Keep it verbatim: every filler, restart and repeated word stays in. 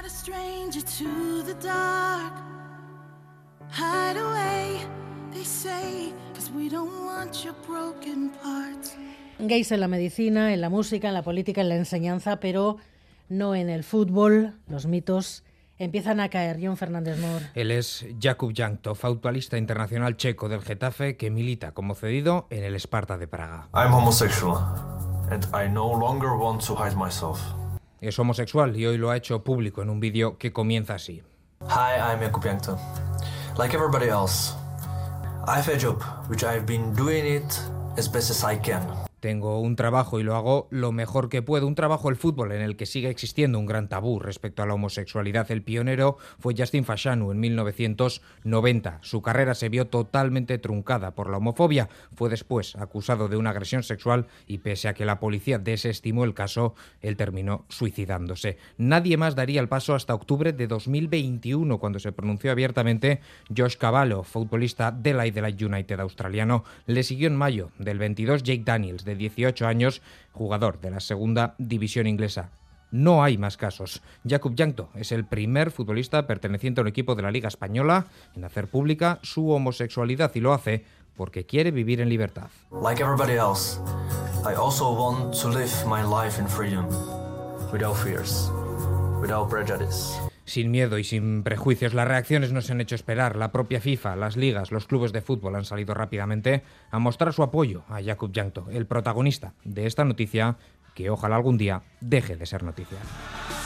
Gays en la medicina, en la música, en la política, en la enseñanza, pero no en el fútbol. Los mitos empiezan a caer. Jon Fernández Mor. Él es Jakub Jankto, futbolista internacional checo del Getafe que milita como cedido en el Sparta de Praga. I'm homosexual and I no longer want to hide myself. Es homosexual y hoy lo ha hecho público en un vídeo que comienza así. Hi, I'm Jakub Jankto. Like everybody else, I have a job which I've been doing it as best as I can. Tengo un trabajo y lo hago lo mejor que puedo. Un trabajo, el fútbol, en el que sigue existiendo un gran tabú respecto a la homosexualidad. El pionero fue Justin Fashanu en mil novecientos noventa. Su carrera se vio totalmente truncada por la homofobia. Fue después acusado de una agresión sexual y pese a que la policía desestimó el caso, él terminó suicidándose. Nadie más daría el paso hasta octubre de dos mil veintiuno, cuando se pronunció abiertamente Josh Cavallo, futbolista del Adelaide United australiano. Le siguió en mayo del veintidós Jake Daniels, de dieciocho años, jugador de la segunda división inglesa. No hay más casos. Jakub Jankto es el primer futbolista perteneciente a un equipo de la Liga Española en hacer pública su homosexualidad y lo hace porque quiere vivir en libertad. Like everybody else, I also want to live my life in freedom, without fears, without prejudice. Sin miedo y sin prejuicios. Las reacciones no se han hecho esperar. La propia FIFA, las ligas, los clubes de fútbol han salido rápidamente a mostrar su apoyo a Jakub Jankto, el protagonista de esta noticia que ojalá algún día deje de ser noticia.